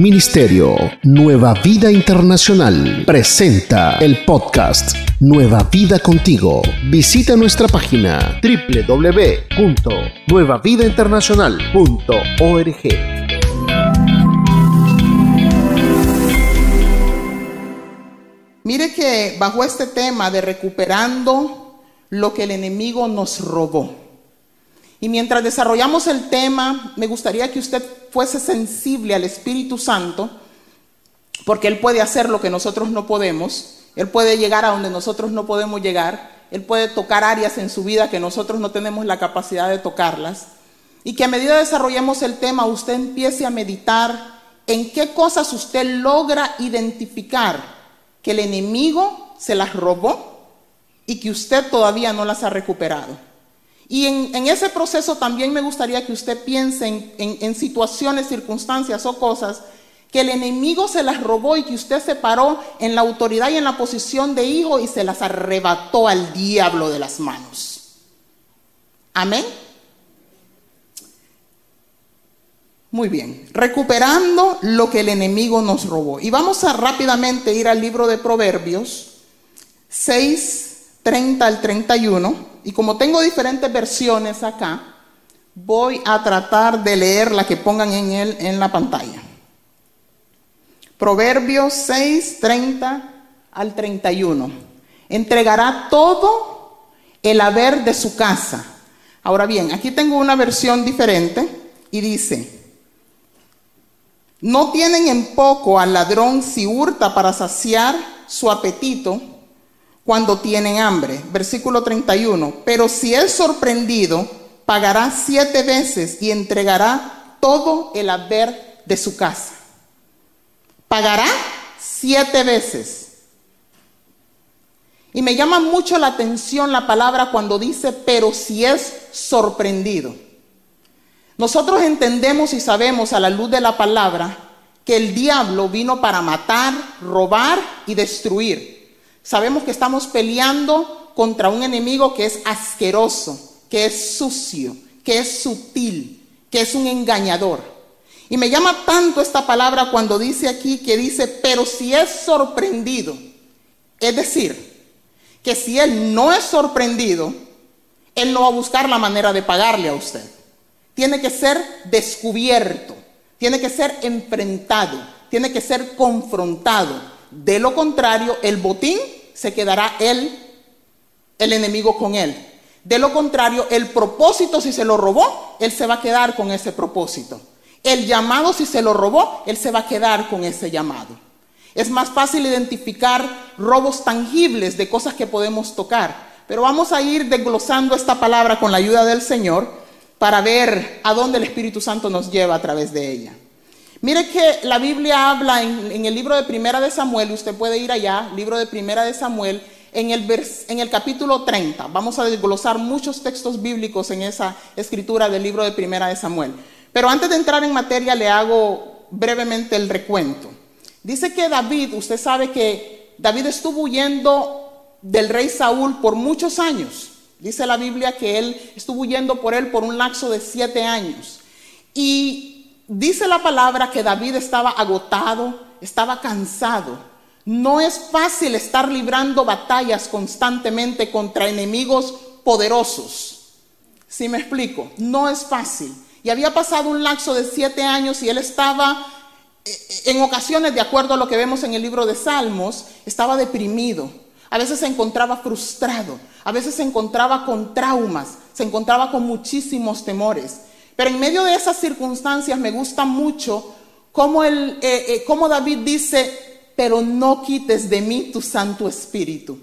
Ministerio Nueva Vida Internacional presenta el podcast Nueva Vida Contigo. Visita nuestra página www.nuevavidainternacional.org. Mire que bajo este tema de recuperando lo que el enemigo nos robó. Y mientras desarrollamos el tema, me gustaría que usted fuese sensible al Espíritu Santo, porque Él puede hacer lo que nosotros no podemos. Él puede llegar a donde nosotros no podemos llegar. Él puede tocar áreas en su vida que nosotros no tenemos la capacidad de tocarlas. Y que a medida que desarrollemos el tema, usted empiece a meditar en qué cosas usted logra identificar que el enemigo se las robó y que usted todavía no las ha recuperado. Y en ese proceso también me gustaría que usted piense en situaciones, circunstancias o cosas que el enemigo se las robó y que usted se paró en la autoridad y en la posición de hijo y se las arrebató al diablo de las manos. Amén. Muy bien, recuperando lo que el enemigo nos robó. Y vamos a rápidamente ir al libro de Proverbios 6:30 al 31. Y como tengo diferentes versiones acá, voy a tratar de leer la que pongan en la pantalla. Proverbios 6:30 al 31. Entregará todo el haber de su casa. Ahora bien, aquí tengo una versión diferente y dice: no tienen en poco al ladrón si hurta para saciar su apetito cuando tienen hambre. Versículo 31. Pero si es sorprendido, pagará 7 veces y entregará todo el haber de su casa. Pagará 7 veces. Y me llama mucho la atención la palabra cuando dice, pero si es sorprendido. Nosotros entendemos y sabemos a la luz de la palabra que el diablo vino para matar, robar y destruir. Sabemos que estamos peleando contra un enemigo que es asqueroso, que es sucio, que es sutil, que es un engañador. Y me llama tanto esta palabra cuando dice aquí que dice, pero si es sorprendido. Es decir, que si él no es sorprendido, él no va a buscar la manera de pagarle a usted. Tiene que ser descubierto, tiene que ser enfrentado, tiene que ser confrontado. De lo contrario, el botín se quedará el enemigo con él. De lo contrario, el propósito, si se lo robó, él se va a quedar con ese propósito. El llamado, si se lo robó, él se va a quedar con ese llamado. Es más fácil identificar robos tangibles de cosas que podemos tocar. Pero vamos a ir desglosando esta palabra con la ayuda del Señor para ver a dónde el Espíritu Santo nos lleva a través de ella. Mire que la Biblia habla en el libro de Primera de Samuel, usted puede ir allá, libro de Primera de Samuel, en el capítulo 30. Vamos a desglosar muchos textos bíblicos en esa escritura del libro de Primera de Samuel. Pero antes de entrar en materia, le hago brevemente el recuento. Dice que David, usted sabe que David estuvo huyendo del rey Saúl por muchos años. Dice la Biblia que él estuvo huyendo por él por un lapso de 7 años. Y dice la palabra que David estaba agotado, estaba cansado. No es fácil estar librando batallas constantemente contra enemigos poderosos. ¿Sí me explico? No es fácil. Y había pasado un lapso de 7 años y él estaba, en ocasiones, de acuerdo a lo que vemos en el libro de Salmos, estaba deprimido. A veces se encontraba frustrado, a veces se encontraba con traumas, se encontraba con muchísimos temores. Pero en medio de esas circunstancias me gusta mucho cómo David dice, pero no quites de mí tu Santo Espíritu.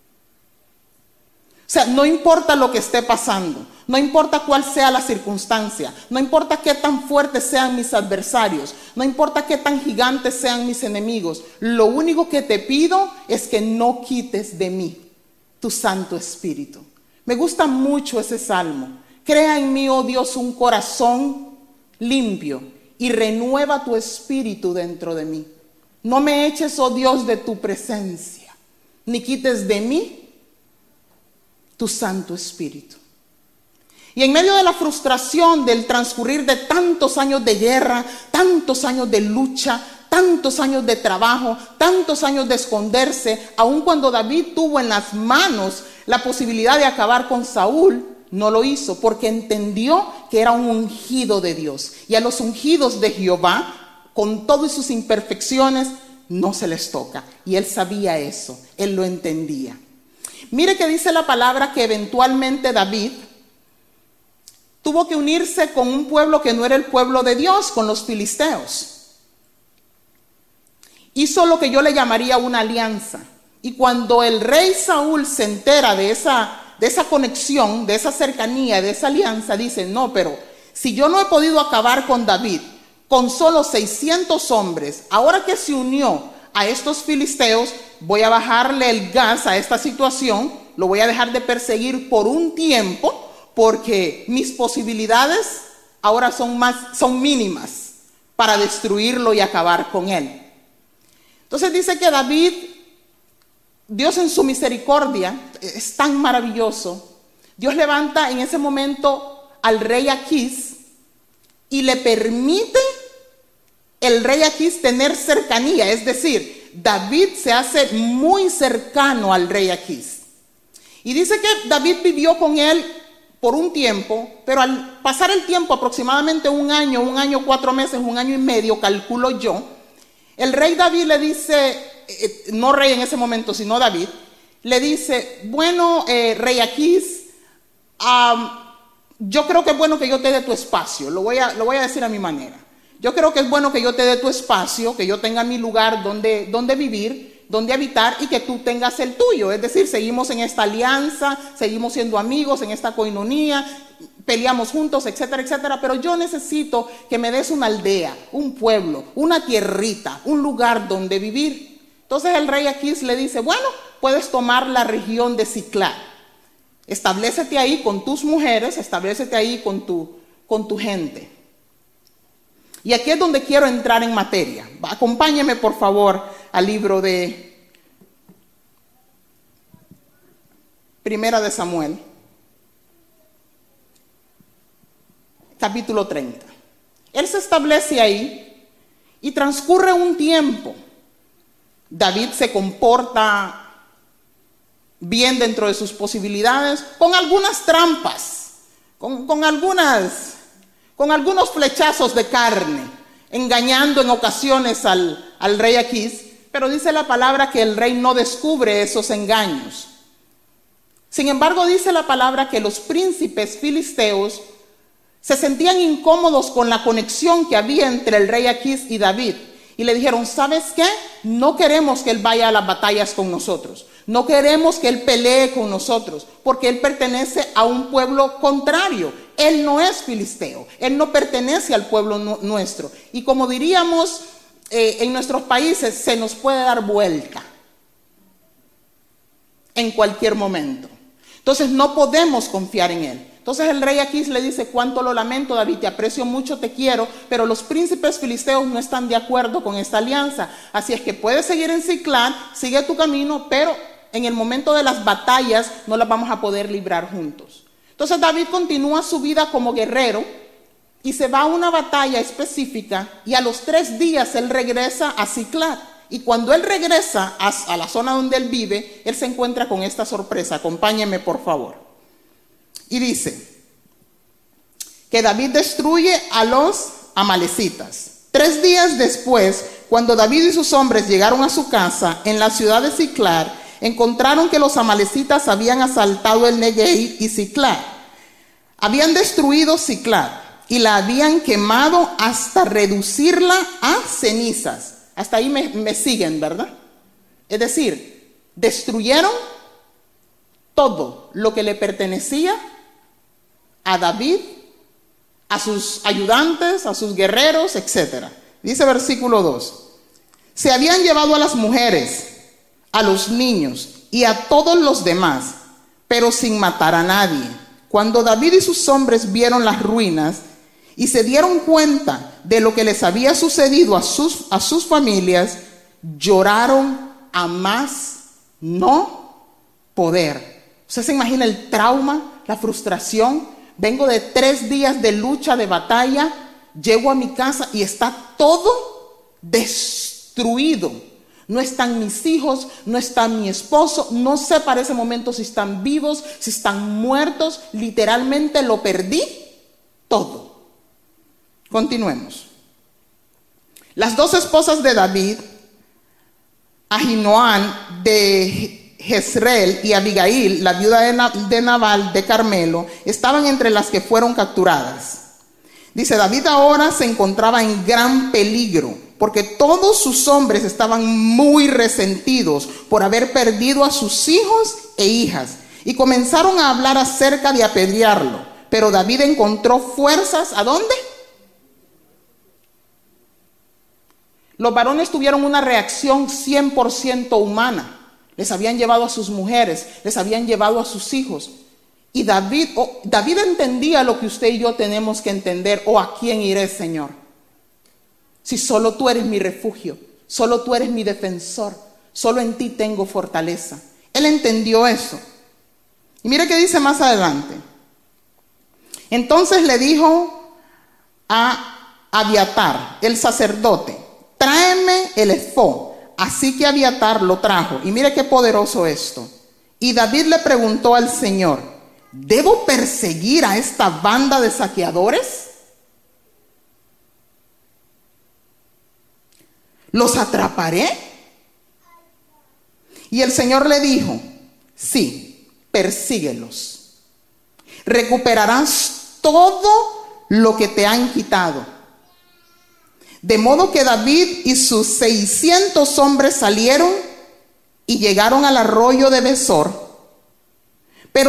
O sea, no importa lo que esté pasando, no importa cuál sea la circunstancia, no importa qué tan fuertes sean mis adversarios, no importa qué tan gigantes sean mis enemigos, lo único que te pido es que no quites de mí tu Santo Espíritu. Me gusta mucho ese salmo. Crea en mí, oh Dios, un corazón limpio y renueva tu espíritu dentro de mí. No me eches, oh Dios, de tu presencia, ni quites de mí tu Santo Espíritu. Y en medio de la frustración del transcurrir de tantos años de guerra, tantos años de lucha, tantos años de trabajo, tantos años de esconderse, aun cuando David tuvo en las manos la posibilidad de acabar con Saúl, no lo hizo porque entendió que era un ungido de Dios. Y a los ungidos de Jehová, con todas sus imperfecciones, no se les toca. Y él sabía eso, él lo entendía. Mire que dice la palabra que eventualmente David tuvo que unirse con un pueblo que no era el pueblo de Dios, con los filisteos. Hizo lo que yo le llamaría una alianza. Y cuando el rey Saúl se entera de esa conexión, de esa cercanía, de esa alianza, dice, no, pero si yo no he podido acabar con David con solo 600 hombres, ahora que se unió a estos filisteos, voy a bajarle el gas a esta situación, lo voy a dejar de perseguir por un tiempo, porque mis posibilidades ahora son mínimas para destruirlo y acabar con él. Entonces dice que David, Dios en su misericordia, es tan maravilloso, Dios levanta en ese momento al rey Aquís y le permite el rey Aquís tener cercanía, es decir, David se hace muy cercano al rey Aquís. Y dice que David vivió con él por un tiempo, pero al pasar el tiempo, aproximadamente un año, 4 meses, 1 año y medio, calculo yo, el rey David le dice, no rey en ese momento, sino David, le dice, bueno, rey Aquís, yo creo que es bueno que yo te dé tu espacio, lo voy a decir a mi manera. Yo creo que es bueno que yo te dé tu espacio, que yo tenga mi lugar donde vivir, donde habitar y que tú tengas el tuyo. Es decir, seguimos en esta alianza, seguimos siendo amigos en esta coinonía, peleamos juntos, etcétera, etcétera. Pero yo necesito que me des una aldea, un pueblo, una tierrita, un lugar donde vivir. Entonces el rey Aquís le dice, bueno, puedes tomar la región de Siclag. Establécete ahí con tus mujeres, establécete ahí con tu gente. Y aquí es donde quiero entrar en materia. Acompáñeme, por favor, al libro de Primera de Samuel, capítulo 30. Él se establece ahí y transcurre un tiempo. David se comporta bien dentro de sus posibilidades, con algunas trampas, con algunos flechazos de carne, engañando en ocasiones al rey Aquís, pero dice la palabra que el rey no descubre esos engaños. Sin embargo, dice la palabra que los príncipes filisteos se sentían incómodos con la conexión que había entre el rey Aquís y David. Y le dijeron, ¿sabes qué? No queremos que él vaya a las batallas con nosotros. No queremos que él pelee con nosotros, porque él pertenece a un pueblo contrario. Él no es filisteo, él no pertenece al pueblo nuestro. Y como diríamos en nuestros países, se nos puede dar vuelta en cualquier momento. Entonces no podemos confiar en él. Entonces el rey Aquís le dice, cuánto lo lamento, David, te aprecio mucho, te quiero, pero los príncipes filisteos no están de acuerdo con esta alianza. Así es que puedes seguir en Siclag, sigue tu camino, pero en el momento de las batallas no las vamos a poder librar juntos. Entonces David continúa su vida como guerrero y se va a una batalla específica y a los 3 días él regresa a Siclag. Y cuando él regresa a la zona donde él vive, él se encuentra con esta sorpresa. Acompáñeme, por favor. Y dice que David destruye a los amalecitas. 3 días después, cuando David y sus hombres llegaron a su casa en la ciudad de Siclag, encontraron que los amalecitas habían asaltado el Negev y Siclag. Habían destruido Siclag y la habían quemado hasta reducirla a cenizas. Hasta ahí me siguen, ¿verdad? Es decir, destruyeron todo lo que le pertenecía a David, a sus ayudantes, a sus guerreros, etc. Dice versículo 2. Se habían llevado a las mujeres, a los niños y a todos los demás, pero sin matar a nadie. Cuando David y sus hombres vieron las ruinas y se dieron cuenta de lo que les había sucedido a sus familias, lloraron a más no poder. ¿Usted se imagina el trauma, la frustración? Vengo de 3 días de lucha, de batalla, llego a mi casa y está todo destruido. No están mis hijos, no está mi esposo, no sé para ese momento si están vivos, si están muertos. Literalmente lo perdí todo. Continuemos. Las dos esposas de David, Ahinoam de Jezreel y Abigail, la viuda de Nabal de Carmelo, estaban entre las que fueron capturadas. Dice, David ahora se encontraba en gran peligro, porque todos sus hombres estaban muy resentidos por haber perdido a sus hijos e hijas, y comenzaron a hablar acerca de apedrearlo. Pero David encontró fuerzas, ¿a dónde? Los varones tuvieron una reacción 100% humana. Les habían llevado a sus mujeres, les habían llevado a sus hijos. Y David entendía lo que usted y yo tenemos que entender. ¿A quién iré, Señor? Si solo tú eres mi refugio, solo tú eres mi defensor, solo en ti tengo fortaleza. Él entendió eso. Y mire qué dice más adelante. Entonces le dijo a Abiatar, el sacerdote, tráeme el efod. Así que Abiatar lo trajo. Y mire qué poderoso esto. Y David le preguntó al Señor, ¿debo perseguir a esta banda de saqueadores? ¿Los atraparé? Y el Señor le dijo, sí, persíguelos. Recuperarás todo lo que te han quitado. De modo que David y sus 600 hombres salieron y llegaron al arroyo de Besor. Pero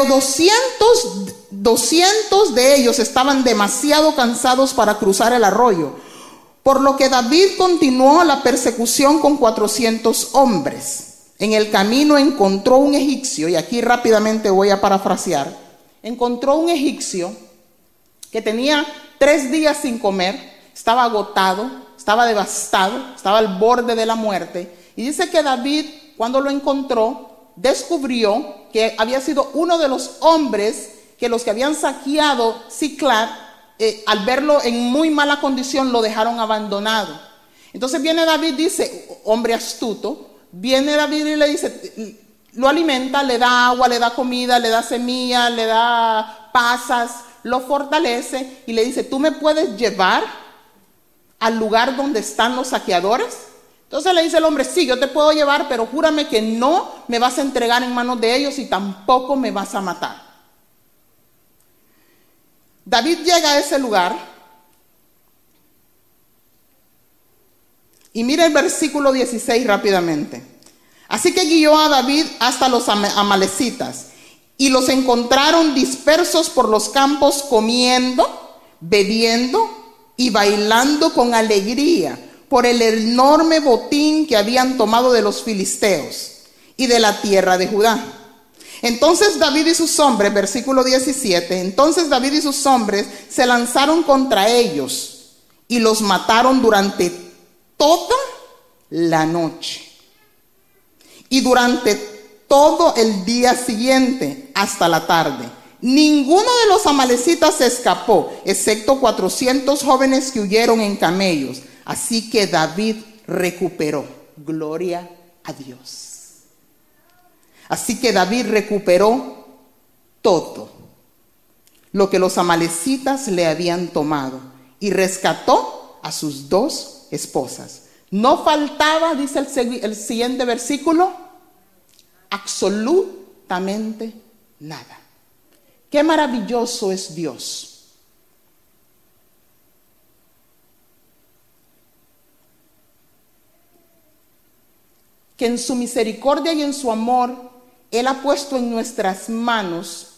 200 de ellos estaban demasiado cansados para cruzar el arroyo. Por lo que David continuó la persecución con 400 hombres. En el camino encontró un egipcio, y aquí rápidamente voy a parafrasear. Encontró un egipcio que tenía 3 días sin comer, estaba agotado, estaba devastado, estaba al borde de la muerte. Y dice que David, cuando lo encontró, descubrió que había sido uno de los hombres que los que habían saqueado Siclag, al verlo en muy mala condición, lo dejaron abandonado. Entonces viene David, dice, hombre astuto, viene David y le dice, lo alimenta, le da agua, le da comida, le da semilla, le da pasas, lo fortalece y le dice, ¿tú me puedes llevar al lugar donde están los saqueadores? Entonces le dice el hombre, sí, yo te puedo llevar, pero júrame que no me vas a entregar en manos de ellos y tampoco me vas a matar. David llega a ese lugar y mira el versículo 16 rápidamente. Así que guió a David hasta los amalecitas y los encontraron dispersos por los campos, comiendo, bebiendo y bailando con alegría por el enorme botín que habían tomado de los filisteos y de la tierra de Judá. Entonces David y sus hombres, versículo 17, entonces David y sus hombres se lanzaron contra ellos y los mataron durante toda la noche y durante todo el día siguiente hasta la tarde. Ninguno de los amalecitas se escapó, excepto 400 jóvenes que huyeron en camellos. Así que David recuperó. Gloria a Dios. Así que David recuperó todo lo que los amalecitas le habían tomado y rescató a sus 2 esposas. No faltaba, dice el siguiente versículo, absolutamente nada. Qué maravilloso es Dios. Que en su misericordia y en su amor, Él ha puesto en nuestras manos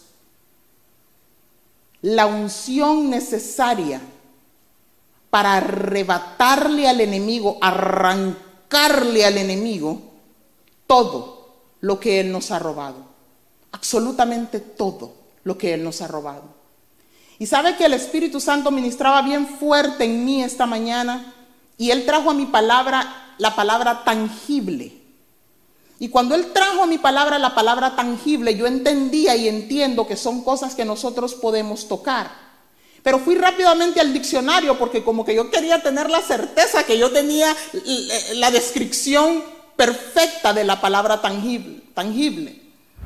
la unción necesaria para arrebatarle al enemigo, arrancarle al enemigo todo lo que Él nos ha robado. Absolutamente todo lo que Él nos ha robado. Y sabe que el Espíritu Santo ministraba bien fuerte en mí esta mañana y Él trajo a mi palabra la palabra tangible. Y cuando Él trajo a mi palabra la palabra tangible, yo entendía y entiendo que son cosas que nosotros podemos tocar. Pero fui rápidamente al diccionario porque como que yo quería tener la certeza que yo tenía la descripción perfecta de la palabra tangible.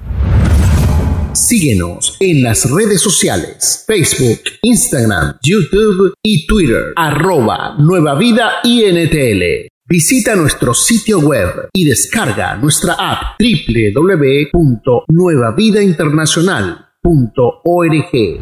Síguenos en las redes sociales, Facebook, Instagram, YouTube y Twitter, @Nueva Vida INTL. Visita nuestro sitio web y descarga nuestra app www.nuevavidainternacional.org.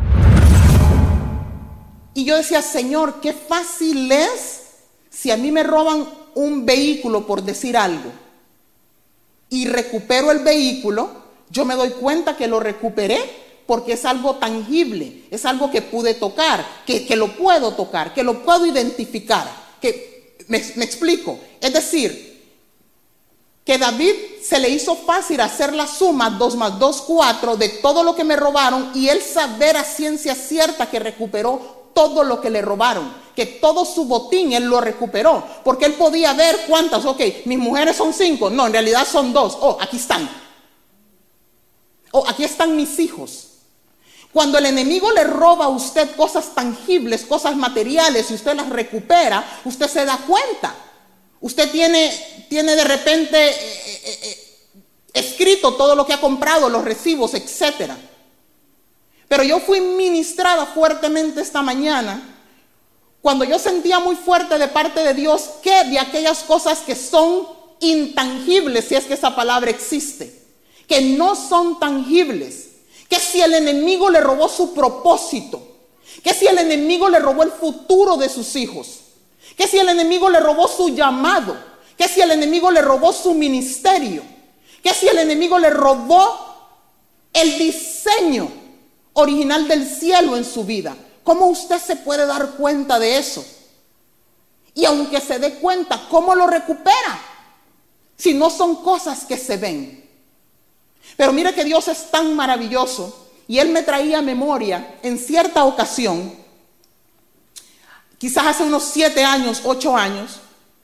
Y yo decía, Señor, qué fácil es si a mí me roban un vehículo, por decir algo, y recupero el vehículo. Yo me doy cuenta que lo recuperé porque es algo tangible, es algo que pude tocar, que lo puedo tocar, que lo puedo identificar. Me explico. Es decir, que David se le hizo fácil hacer la suma 2 más 2, 4 de todo lo que me robaron y él saber a ciencia cierta que recuperó todo lo que le robaron, que todo su botín él lo recuperó, porque él podía ver cuántas. Ok, mis mujeres son 5, no, en realidad son 2. Oh, aquí están. Oh, aquí están mis hijos. Cuando el enemigo le roba a usted cosas tangibles, cosas materiales, y usted las recupera, usted se da cuenta. Usted tiene de repente escrito todo lo que ha comprado, los recibos, etc. Pero yo fui ministrada fuertemente esta mañana cuando yo sentía muy fuerte de parte de Dios que de aquellas cosas que son intangibles, si es que esa palabra existe, que no son tangibles, que si el enemigo le robó su propósito, que si el enemigo le robó el futuro de sus hijos, que si el enemigo le robó su llamado, que si el enemigo le robó su ministerio, que si el enemigo le robó el diseño original del cielo en su vida. ¿Cómo usted se puede dar cuenta de eso? Y aunque se dé cuenta, ¿cómo lo recupera? Si no son cosas que se ven. Pero mire que Dios es tan maravilloso, y Él me traía a memoria en cierta ocasión, quizás hace unos 7 años, 8 años.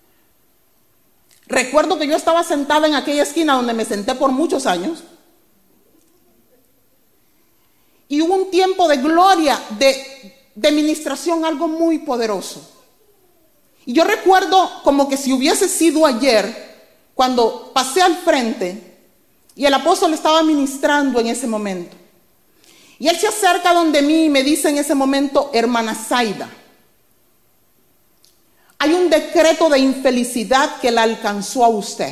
Recuerdo que yo estaba sentada en aquella esquina donde me senté por muchos años, y hubo un tiempo de gloria, de ministración, algo muy poderoso. Y yo recuerdo como que si hubiese sido ayer, cuando pasé al frente y el apóstol estaba ministrando en ese momento. Y él se acerca donde mí y me dice en ese momento: hermana Zaida, hay un decreto de infelicidad que la alcanzó a usted.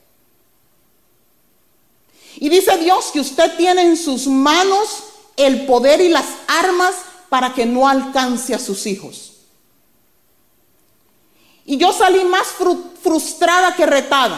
Y dice Dios que usted tiene en sus manos el poder y las armas para que no alcance a sus hijos. Y yo salí más frustrada que retada.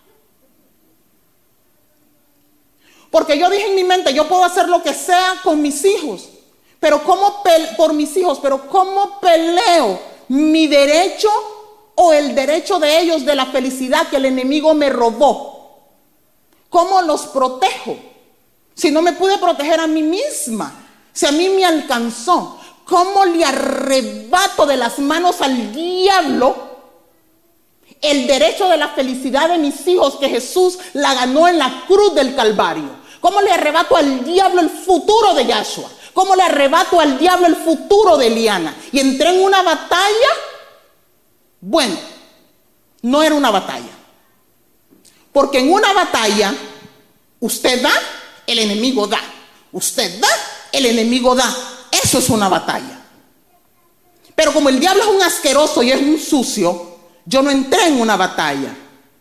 Porque yo dije en mi mente, yo puedo hacer lo que sea con mis hijos, pero ¿cómo por mis hijos? Pero ¿cómo peleo mi derecho o el derecho de ellos de la felicidad que el enemigo me robó? ¿Cómo los protejo? Si no me pude proteger a mí misma, si a mí me alcanzó, ¿cómo le arrebato de las manos al diablo el derecho de la felicidad de mis hijos que Jesús la ganó en la cruz del Calvario? ¿Cómo le arrebato al diablo el futuro de Yahshua? ¿Cómo le arrebato al diablo el futuro de Eliana? Y entré en una batalla. Bueno, no era una batalla, porque en una batalla usted da, el enemigo da. Usted da, el enemigo da. Eso es una batalla. Pero como el diablo es un asqueroso y es un sucio, yo no entré en una batalla.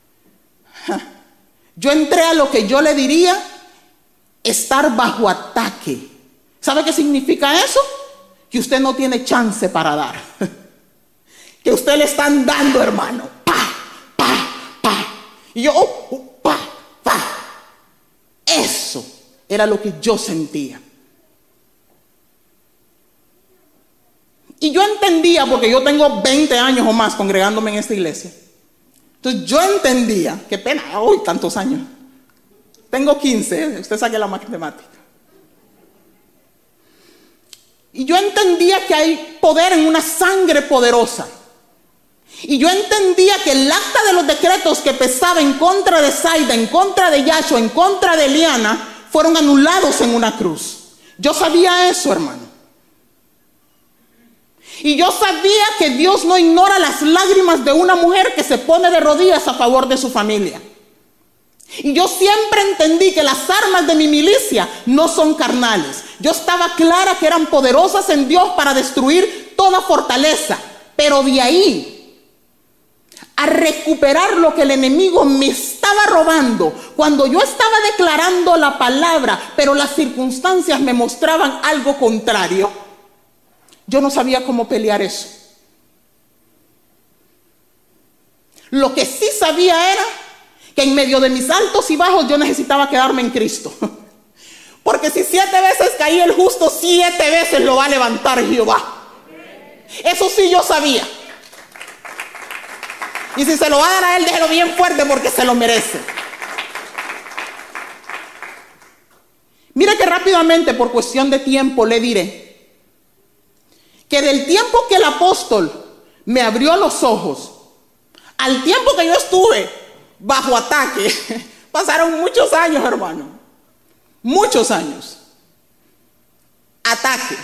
Yo entré a lo que yo le diría estar bajo ataque. ¿Sabe qué significa eso? Que usted no tiene chance para dar. Que usted le están dando, hermano. Pa, pa, pa. Y yo, pa, pa. Eso era lo que yo sentía. Y yo entendía, porque yo tengo 20 años o más congregándome en esta iglesia. Entonces yo entendía, qué pena, hoy tantos años. Tengo 15, usted saque la matemática. Y yo entendía que hay poder en una sangre poderosa. Y yo entendía que el acta de los decretos que pesaba en contra de Zaida, en contra de Yahshua, en contra de Eliana, fueron anulados en una cruz. Yo sabía eso, hermano. Y yo sabía que Dios no ignora las lágrimas de una mujer que se pone de rodillas a favor de su familia. Y yo siempre entendí que las armas de mi milicia no son carnales. Yo estaba clara que eran poderosas en Dios para destruir toda fortaleza. Pero de ahí a recuperar lo que el enemigo me estaba robando, cuando yo estaba declarando la palabra, pero las circunstancias me mostraban algo contrario, yo no sabía cómo pelear eso. Lo que sí sabía era que en medio de mis altos y bajos yo necesitaba quedarme en Cristo. Porque si 7 veces caía el justo, 7 veces lo va a levantar Jehová. Eso sí yo sabía. Y si se lo va a dar a él, déjelo bien fuerte porque se lo merece. Mire que rápidamente, por cuestión de tiempo, le diré que del tiempo que el apóstol me abrió los ojos al tiempo que yo estuve bajo ataque, pasaron muchos años, hermano. Muchos años. Ataque.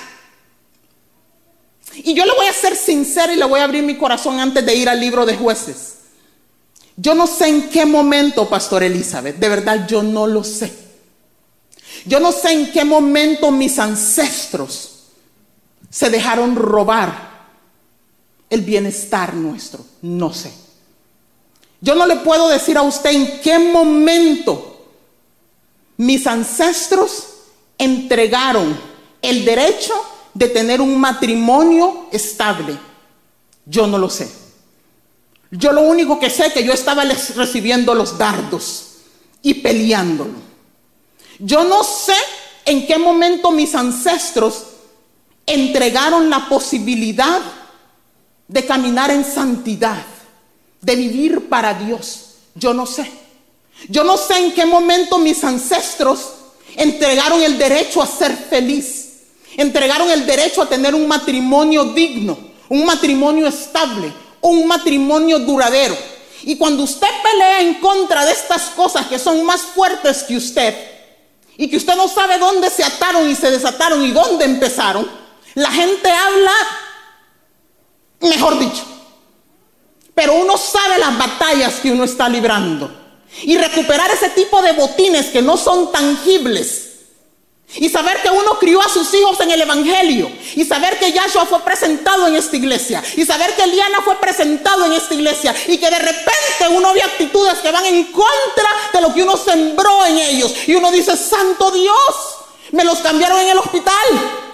Y yo le voy a ser sincera y le voy a abrir mi corazón antes de ir al libro de Jueces. Yo no sé en qué momento, Pastor Elizabeth, de verdad yo no lo sé. Yo no sé en qué momento mis ancestros se dejaron robar el bienestar nuestro. No sé. Yo no le puedo decir a usted en qué momento mis ancestros entregaron el derecho de tener un matrimonio estable. Yo no lo sé. Yo lo único que sé es que yo estaba recibiendo los dardos y peleándolo. Yo no sé en qué momento mis ancestros entregaron la posibilidad de caminar en santidad, de vivir para Dios. Yo no sé. Yo no sé en qué momento mis ancestros entregaron el derecho a ser feliz. Entregaron el derecho a tener un matrimonio digno, un matrimonio estable, un matrimonio duradero. Y cuando usted pelea en contra de estas cosas que son más fuertes que usted, y que usted no sabe dónde se ataron y se desataron y dónde empezaron, la gente habla, mejor dicho. Pero uno sabe las batallas que uno está librando. Y recuperar ese tipo de botines que no son tangibles. Y saber que uno crió a sus hijos en el evangelio. Y saber que Yahshua fue presentado en esta iglesia. Y saber que Eliana fue presentado en esta iglesia. Y que de repente uno ve actitudes que van en contra de lo que uno sembró en ellos. Y uno dice, santo Dios, me los cambiaron en el hospital.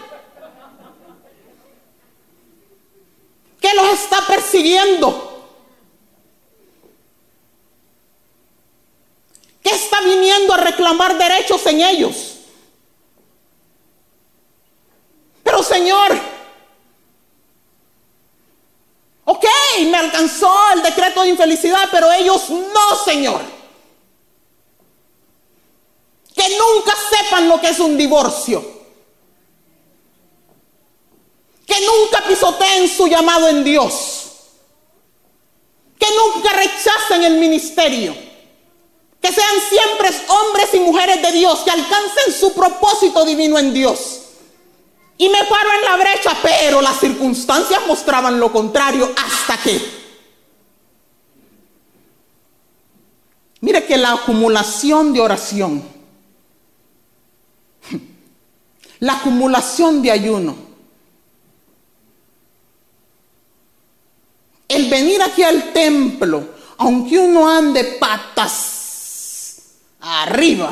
¿Qué los está persiguiendo? ¿Qué está viniendo a reclamar derechos en ellos? Pero Señor, ok, me alcanzó el decreto de infelicidad, pero ellos no, Señor. Que nunca sepan lo que es un divorcio. Que nunca pisoteen su llamado en Dios. Que nunca rechacen el ministerio. Que sean siempre hombres y mujeres de Dios, que alcancen su propósito divino en Dios. Y me paro en la brecha, pero las circunstancias mostraban lo contrario hasta que. Mire que la acumulación de oración, la acumulación de ayuno, el venir aquí al templo, aunque uno ande patas arriba,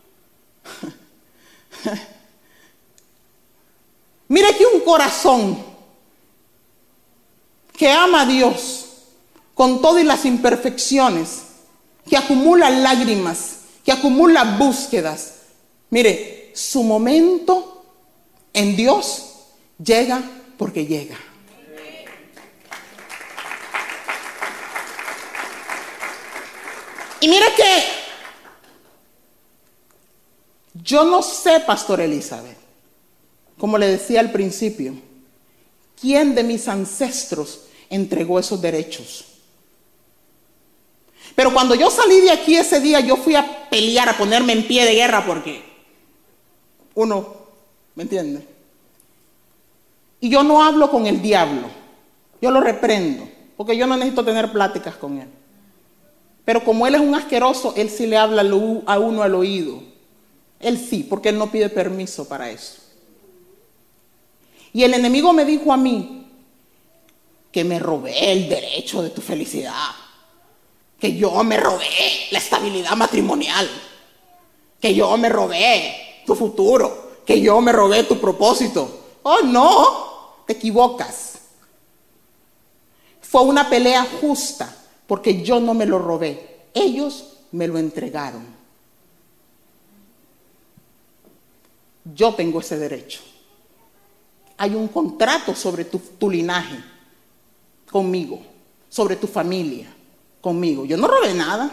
mire que un corazón que ama a Dios con todas las imperfecciones, que acumula lágrimas, que acumula búsquedas, mire, su momento en Dios llega porque llega. Y mire que yo no sé, Pastor Elizabeth, como le decía al principio, ¿quién de mis ancestros entregó esos derechos? Pero cuando yo salí de aquí ese día, yo fui a pelear, a ponerme en pie de guerra porque uno, ¿me entiende? Y yo no hablo con el diablo, yo lo reprendo, porque yo no necesito tener pláticas con él. Pero como él es un asqueroso, él sí le habla a uno al oído. Él sí, porque él no pide permiso para eso. Y el enemigo me dijo a mí que me robé el derecho de tu felicidad, que yo me robé la estabilidad matrimonial, que yo me robé tu futuro, que yo me robé tu propósito. Oh, no, te equivocas. Fue una pelea justa, porque yo no me lo robé, ellos me lo entregaron. Yo tengo ese derecho. Hay un contrato sobre tu linaje conmigo, sobre tu familia conmigo. Yo no robé nada.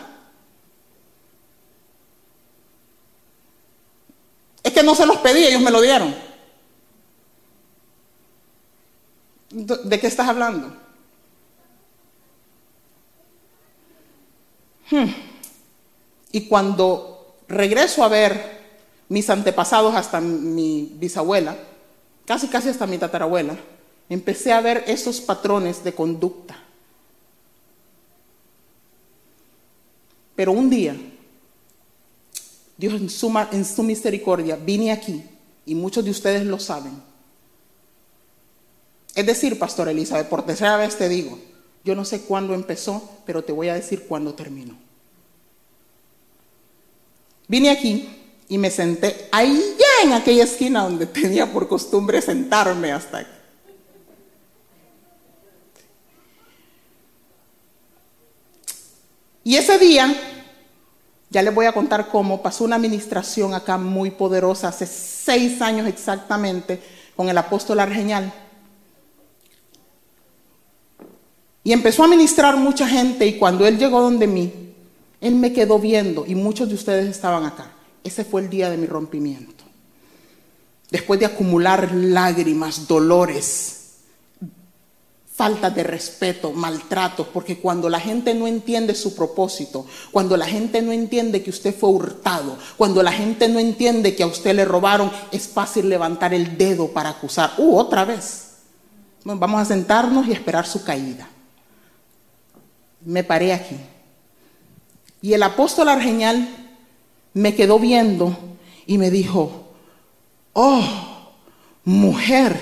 Es que no se los pedí, ellos me lo dieron. ¿De qué estás hablando? Y cuando regreso a ver mis antepasados hasta mi bisabuela, casi hasta mi tatarabuela, empecé a ver esos patrones de conducta. Pero un día, Dios en su misericordia, vine aquí, y muchos de ustedes lo saben. Es decir, Pastor Elizabeth, por tercera vez te digo, yo no sé cuándo empezó, pero te voy a decir cuándo terminó. Vine aquí y me senté allá en aquella esquina donde tenía por costumbre sentarme hasta aquí. Y ese día, ya les voy a contar cómo, pasó una administración acá muy poderosa, hace 6 años exactamente, con el apóstol Argeñal. Y empezó a ministrar mucha gente, y cuando él llegó donde mí, él me quedó viendo, y muchos de ustedes estaban acá. Ese fue el día de mi rompimiento. Después de acumular lágrimas, dolores, falta de respeto, maltratos, porque cuando la gente no entiende su propósito, cuando la gente no entiende que usted fue hurtado, cuando la gente no entiende que a usted le robaron, es fácil levantar el dedo para acusar. Otra vez. Bueno, vamos a sentarnos y esperar su caída. Me paré aquí. Y el apóstol Argeñal me quedó viendo y me dijo: oh, mujer,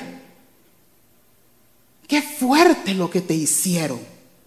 qué fuerte lo que te hicieron.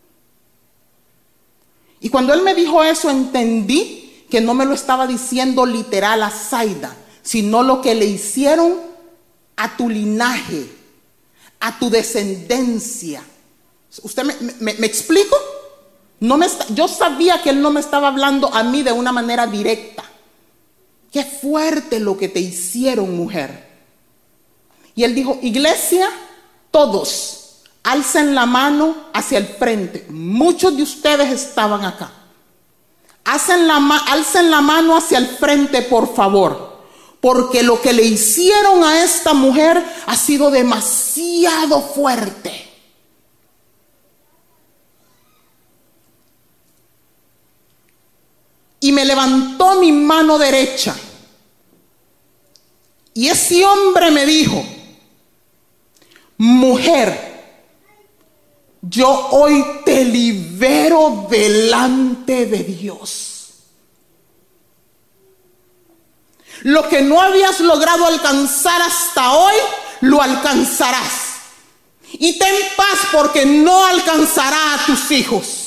Y cuando él me dijo eso, entendí que no me lo estaba diciendo literal a Zaida, sino lo que le hicieron a tu linaje, a tu descendencia. ¿Usted me explico? Yo sabía que él no me estaba hablando a mí de una manera directa. Qué fuerte lo que te hicieron, mujer. Y él dijo: iglesia, todos alcen la mano hacia el frente. Muchos de ustedes estaban acá. Alcen la mano hacia el frente, por favor, porque lo que le hicieron a esta mujer ha sido demasiado fuerte. Y me levantó mi mano derecha. Y ese hombre me dijo: mujer, yo hoy te libero delante de Dios. Lo que no habías logrado alcanzar hasta hoy, lo alcanzarás. Y ten paz, porque no alcanzará a tus hijos.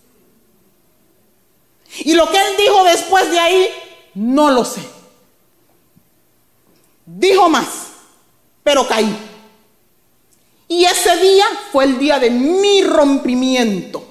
Y lo que él dijo después de ahí, no lo sé. Dijo más, pero caí. Y ese día fue el día de mi rompimiento.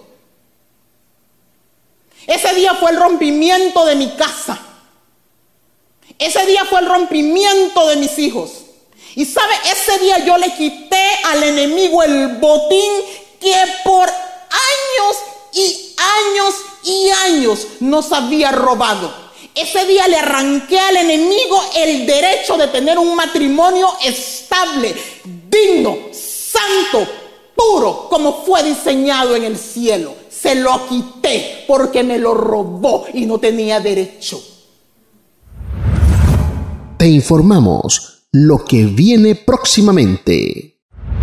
Ese día fue el rompimiento de mi casa. Ese día fue el rompimiento de mis hijos. Y sabe, ese día yo le quité al enemigo el botín que por años y años y años nos había robado. Ese día le arranqué al enemigo el derecho de tener un matrimonio estable, digno, santo, puro, como fue diseñado en el cielo. Se lo quité porque me lo robó y no tenía derecho. Te informamos lo que viene próximamente.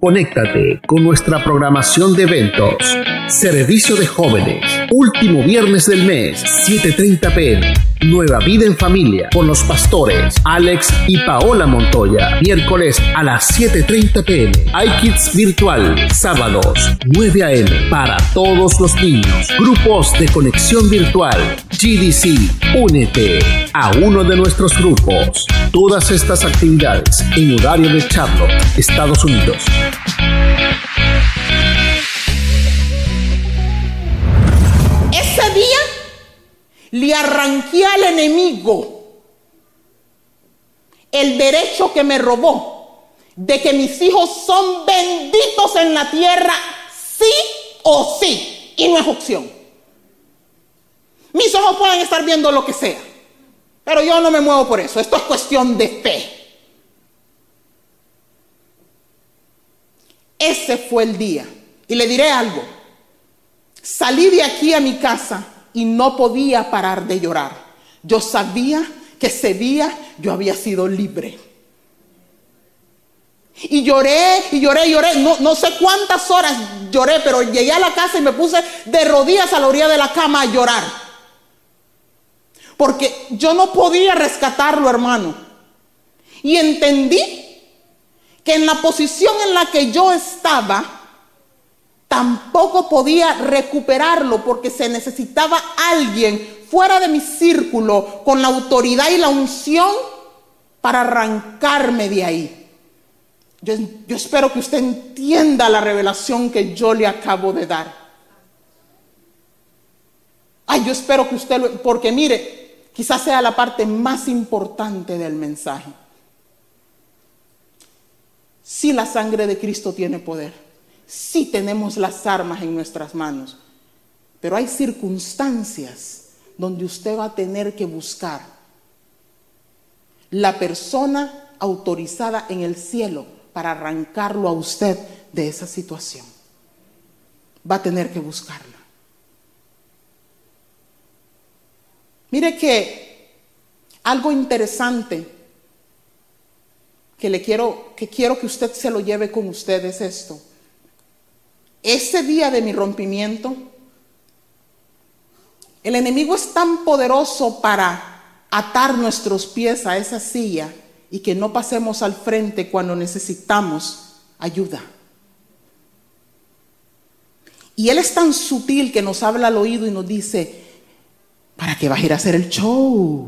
Conéctate con nuestra programación de eventos. Servicio de jóvenes, último viernes del mes, 7:30 p.m. Nueva Vida en Familia con los pastores Alex y Paola Montoya. Miércoles a las 7:30 p.m. iKids Virtual, sábados 9 a.m. para todos los niños. Grupos de conexión virtual. GDC, únete a uno de nuestros grupos. Todas estas actividades en horario de Charlotte, Estados Unidos. Ese día le arranqué al enemigo el derecho que me robó de que mis hijos son benditos en la tierra, sí o sí, y no es opción. Mis ojos pueden estar viendo lo que sea, pero yo no me muevo por eso. Esto es cuestión de fe. Ese fue el día. Y le diré algo. Salí de aquí a mi casa y no podía parar de llorar. Yo sabía que ese día yo había sido libre. Y lloré, y lloré, y lloré. No sé cuántas horas lloré, pero llegué a la casa y me puse de rodillas a la orilla de la cama a llorar. Porque yo no podía rescatarlo, hermano. Y entendí que en la posición en la que yo estaba, tampoco podía recuperarlo, porque se necesitaba alguien fuera de mi círculo con la autoridad y la unción para arrancarme de ahí. Yo espero que usted entienda la revelación que yo le acabo de dar. Yo espero que usted porque mire, quizás sea la parte más importante del mensaje. Sí, la sangre de Cristo tiene poder. Sí tenemos las armas en nuestras manos. Pero hay circunstancias donde usted va a tener que buscar la persona autorizada en el cielo para arrancarlo a usted de esa situación. Va a tener que buscarla. Mire que algo interesante que quiero que usted se lo lleve con usted es esto. Ese día de mi rompimiento, el enemigo es tan poderoso para atar nuestros pies a esa silla y que no pasemos al frente cuando necesitamos ayuda. Y él es tan sutil que nos habla al oído y nos dice: ¿para qué vas a ir a hacer el show?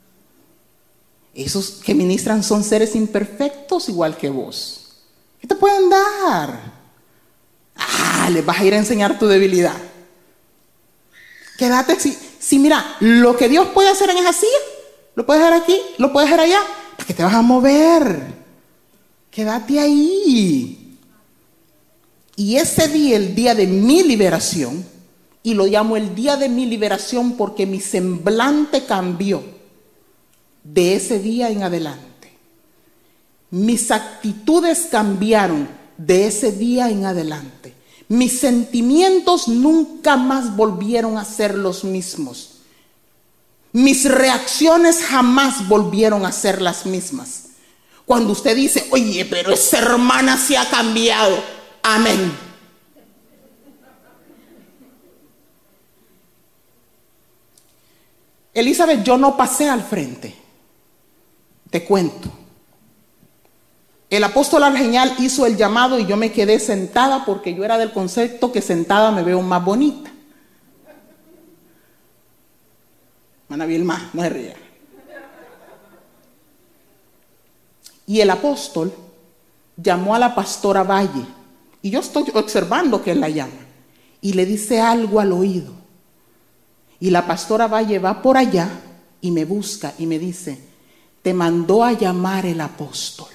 Esos que ministran son seres imperfectos igual que vos. ¿Qué te pueden dar? Les vas a ir a enseñar tu debilidad. Quédate. Si mira, lo que Dios puede hacer en esa silla, lo puedes hacer aquí, lo puedes hacer allá. ¿Para qué te vas a mover? Quédate ahí. Y ese día, el día de mi liberación, y lo llamo el día de mi liberación porque mi semblante cambió de ese día en adelante. Mis actitudes cambiaron de ese día en adelante. Mis sentimientos nunca más volvieron a ser los mismos. Mis reacciones jamás volvieron a ser las mismas. Cuando usted dice: oye, pero esa hermana se ha cambiado. Amén. Elizabeth, yo no pasé al frente. Te cuento. El apóstol Argenial hizo el llamado y yo me quedé sentada porque yo era del concepto que sentada me veo más bonita. Mana Vilma, no se ría. Y el apóstol llamó a la pastora Valle y yo estoy observando que él la llama y le dice algo al oído. Y la pastora Valle va por allá y me busca y me dice: te mandó a llamar el apóstol.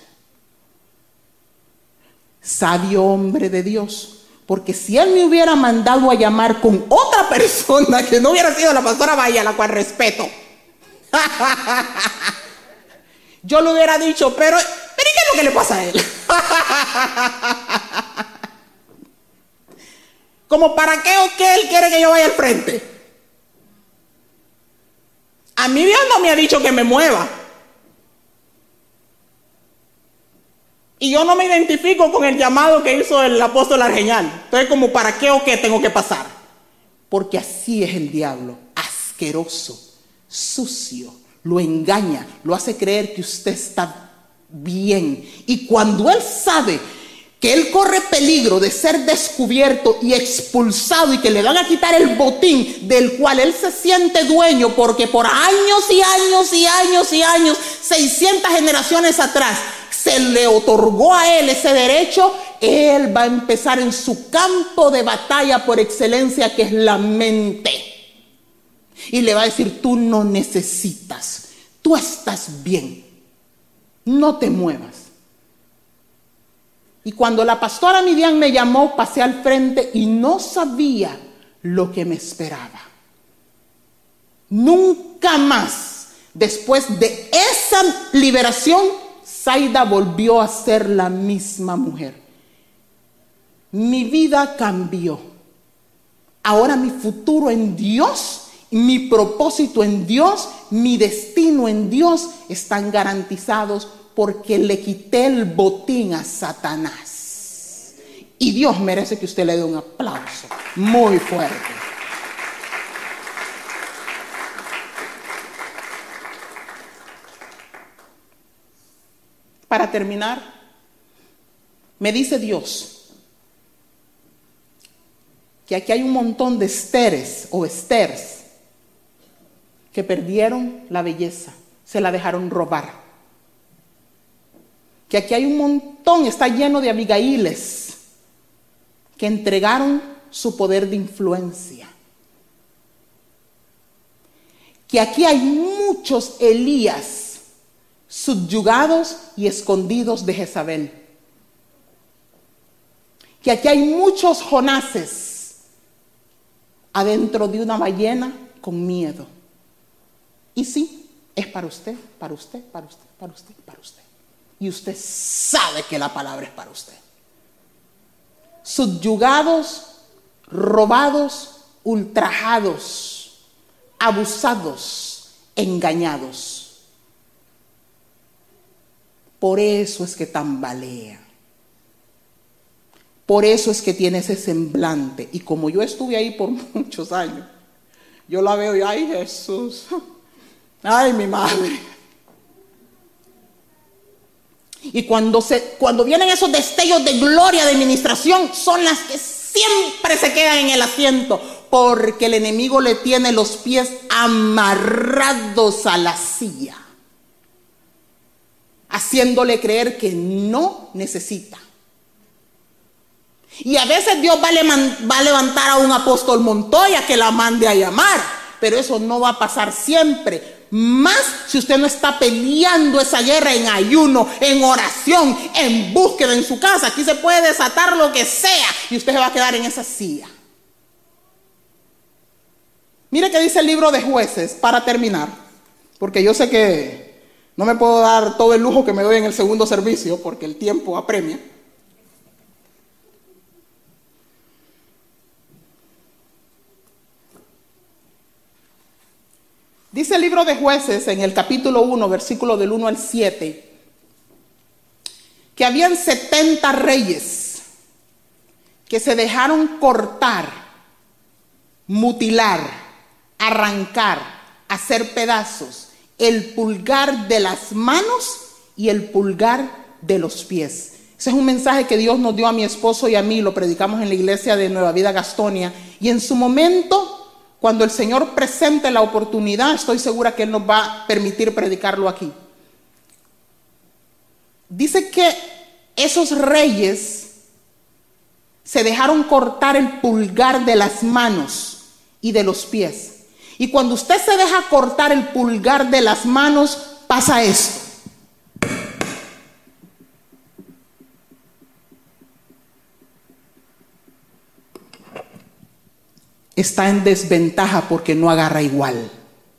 Sabio hombre de Dios, porque si él me hubiera mandado a llamar con otra persona que no hubiera sido la pastora Valle, a la cual respeto, yo le hubiera dicho: pero ¿y qué es lo que le pasa a él? ¿Como para qué o qué él quiere que yo vaya al frente? A mí Dios no me ha dicho que me mueva. Y yo no me identifico con el llamado que hizo el apóstol Argeñal. Entonces, como, ¿para qué o qué tengo que pasar? Porque así es el diablo, asqueroso, sucio, lo engaña, lo hace creer que usted está bien. Y cuando él sabe que él corre peligro de ser descubierto y expulsado y que le van a quitar el botín del cual él se siente dueño, porque por años y años y años y años, 600 generaciones atrás, se le otorgó a él ese derecho, él va a empezar en su campo de batalla por excelencia, que es la mente. Y le va a decir, tú no necesitas, tú estás bien, no te muevas. Y cuando la pastora Midian me llamó, pasé al frente y no sabía lo que me esperaba. Nunca más, después de esa liberación, Zaida volvió a ser la misma mujer. Mi vida cambió. Ahora mi futuro en Dios, mi propósito en Dios, mi destino en Dios están garantizados, porque le quité el botín a Satanás. Y Dios merece que usted le dé un aplauso muy fuerte. Para terminar, me dice Dios que aquí hay un montón de Esteres o Esters que perdieron la belleza, se la dejaron robar. Que aquí hay un montón, está lleno de Abigailes que entregaron su poder de influencia. Que aquí hay muchos Elías subyugados y escondidos de Jezabel. Que aquí hay muchos Jonases adentro de una ballena con miedo. Y sí, es para usted, para usted, para usted, para usted, para usted. Y usted sabe que la palabra es para usted. Subyugados, robados, ultrajados, abusados, engañados. Por eso es que tambalea. Por eso es que tiene ese semblante. Y como yo estuve ahí por muchos años, yo la veo y, ay, Jesús, ay, mi madre. Y cuando vienen esos destellos de gloria, de ministración, son las que siempre se quedan en el asiento, porque el enemigo le tiene los pies amarrados a la silla, haciéndole creer que no necesita. Y a veces Dios va a levantar a un apóstol Montoya que la mande a llamar, pero eso no va a pasar siempre. Más si usted no está peleando esa guerra en ayuno, en oración, en búsqueda en su casa. Aquí se puede desatar lo que sea y usted se va a quedar en esa silla. Mire qué dice el libro de Jueces, para terminar, porque yo sé que no me puedo dar todo el lujo que me doy en el segundo servicio, porque el tiempo apremia. Dice el libro de Jueces en el capítulo 1, versículo del 1 al 7, que habían 70 reyes que se dejaron cortar, mutilar, arrancar, hacer pedazos el pulgar de las manos y el pulgar de los pies. Ese es un mensaje que Dios nos dio a mi esposo y a mí, lo predicamos en la iglesia de Nueva Vida Gastonia, y en su momento, cuando el Señor presente la oportunidad, estoy segura que Él nos va a permitir predicarlo aquí. Dice que esos reyes se dejaron cortar el pulgar de las manos y de los pies. Y cuando usted se deja cortar el pulgar de las manos, pasa esto. Está en desventaja porque no agarra igual.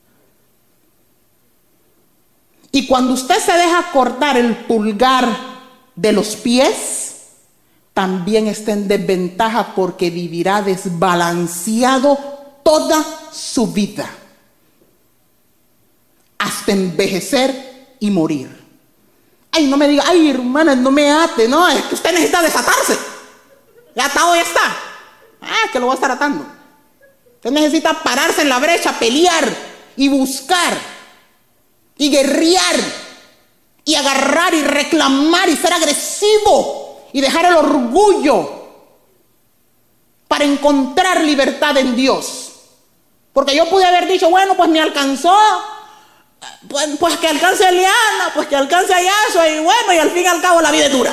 Y cuando usted se deja cortar el pulgar de los pies, también está en desventaja porque vivirá desbalanceado toda su vida, hasta envejecer y morir. Ay, no me diga, ay, hermana, no me ate. No, es que usted necesita desatarse. Ya atado ya está. Que lo voy a estar atando. Usted necesita pararse en la brecha, pelear y buscar y guerrear y agarrar y reclamar y ser agresivo y dejar el orgullo para encontrar libertad en Dios. Porque yo pude haber dicho, bueno, pues me alcanzó, pues que alcance a Eliana, pues que alcance a Yasua, y bueno, y al fin y al cabo la vida es dura.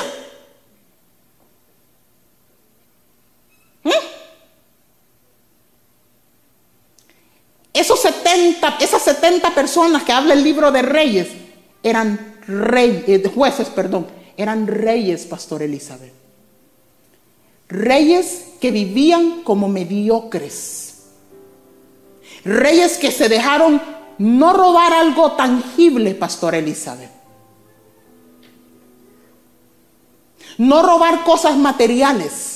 Esas 70 personas que habla el libro de Reyes eran jueces, eran reyes, Pastor Elizabeth. Reyes que vivían como mediocres. Reyes que se dejaron no robar algo tangible, Pastor Elizabeth. No robar cosas materiales.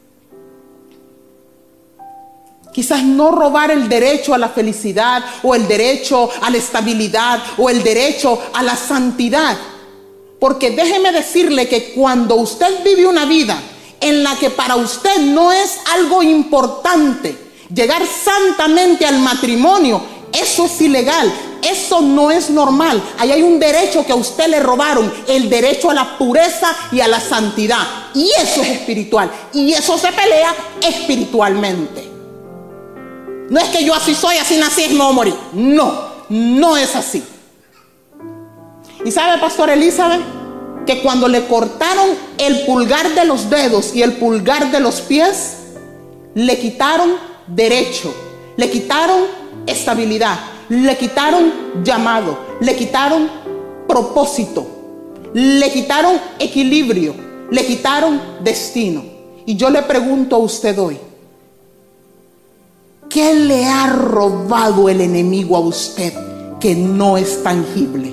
Quizás no robar el derecho a la felicidad, o el derecho a la estabilidad, o el derecho a la santidad. Porque déjeme decirle que cuando usted vive una vida en la que para usted no es algo importante llegar santamente al matrimonio, eso es ilegal, eso no es normal. Ahí hay un derecho que a usted le robaron, el derecho a la pureza y a la santidad. Y eso es espiritual, y eso se pelea espiritualmente. No es que yo así soy, así nací, es no morir. No es así. ¿Y sabe, Pastor Elizabeth? Que cuando le cortaron el pulgar de los dedos y el pulgar de los pies, le quitaron derecho, le quitaron estabilidad, le quitaron llamado, le quitaron propósito, le quitaron equilibrio, le quitaron destino. Y yo le pregunto a usted hoy, ¿qué le ha robado el enemigo a usted que no es tangible?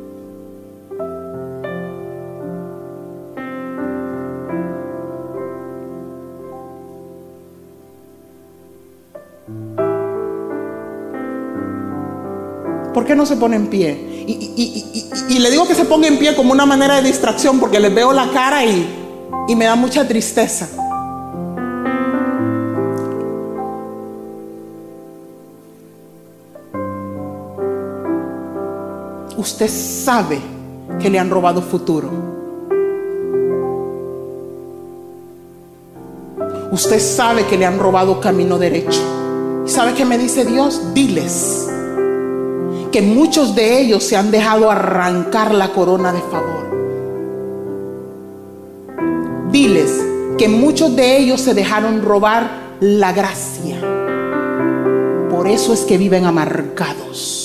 ¿Por qué no se pone en pie? Y le digo que se ponga en pie como una manera de distracción, porque les veo la cara y me da mucha tristeza. Usted sabe que le han robado futuro. Usted sabe que le han robado camino derecho. ¿Y sabe qué me dice Dios? Diles que muchos de ellos se han dejado arrancar la corona de favor. Diles que muchos de ellos se dejaron robar la gracia. Por eso es que viven amargados.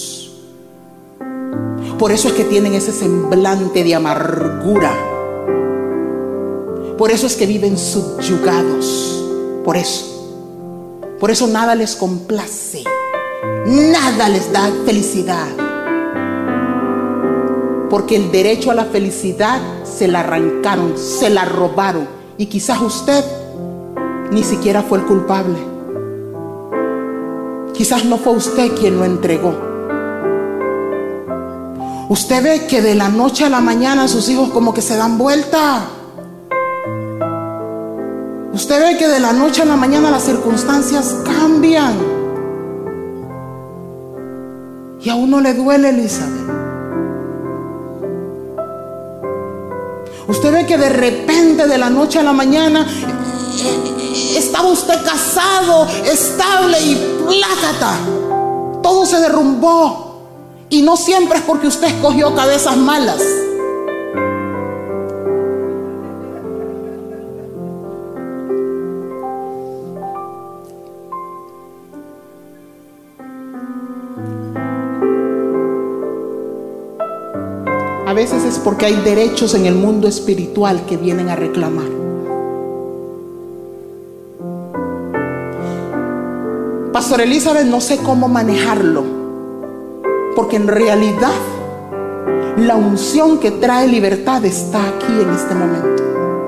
Por eso es que tienen ese semblante de amargura. Por eso es que viven subyugados. Por eso nada les complace. Nada les da felicidad. Porque el derecho a la felicidad se la arrancaron, se la robaron. Y quizás usted ni siquiera fue el culpable. Quizás no fue usted quien lo entregó. Usted ve que de la noche a la mañana sus hijos como que se dan vuelta. Usted ve que de la noche a la mañana las circunstancias cambian. Y a uno le duele, Elizabeth. Usted ve que de repente de la noche a la mañana estaba usted casado, estable y plácata. Todo se derrumbó. Y no siempre es porque usted escogió cabezas malas. A veces es porque hay derechos en el mundo espiritual que vienen a reclamar. Pastor Elizabeth, no sé cómo manejarlo. Porque en realidad la unción que trae libertad está aquí en este momento.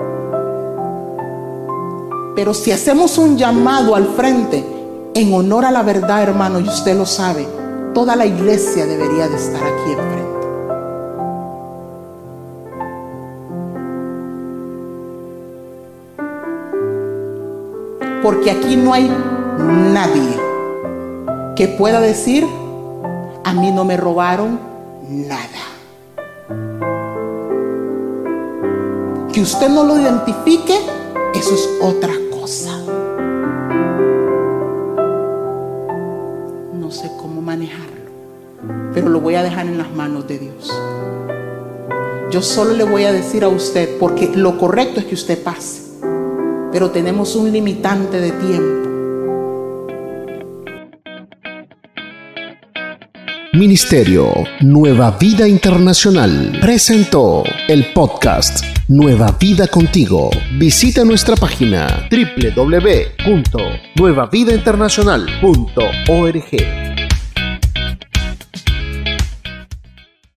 Pero si hacemos un llamado al frente en honor a la verdad, hermano, y usted lo sabe, toda la iglesia debería de estar aquí enfrente. Porque aquí no hay nadie que pueda decir, a mí no me robaron nada. Que usted no lo identifique, eso es otra cosa. No sé cómo manejarlo, pero lo voy a dejar en las manos de Dios. Yo solo le voy a decir a usted, porque lo correcto es que usted pase, pero tenemos un limitante de tiempo. Ministerio Nueva Vida Internacional presentó el podcast Nueva Vida Contigo. Visita nuestra página www.nuevavidainternacional.org.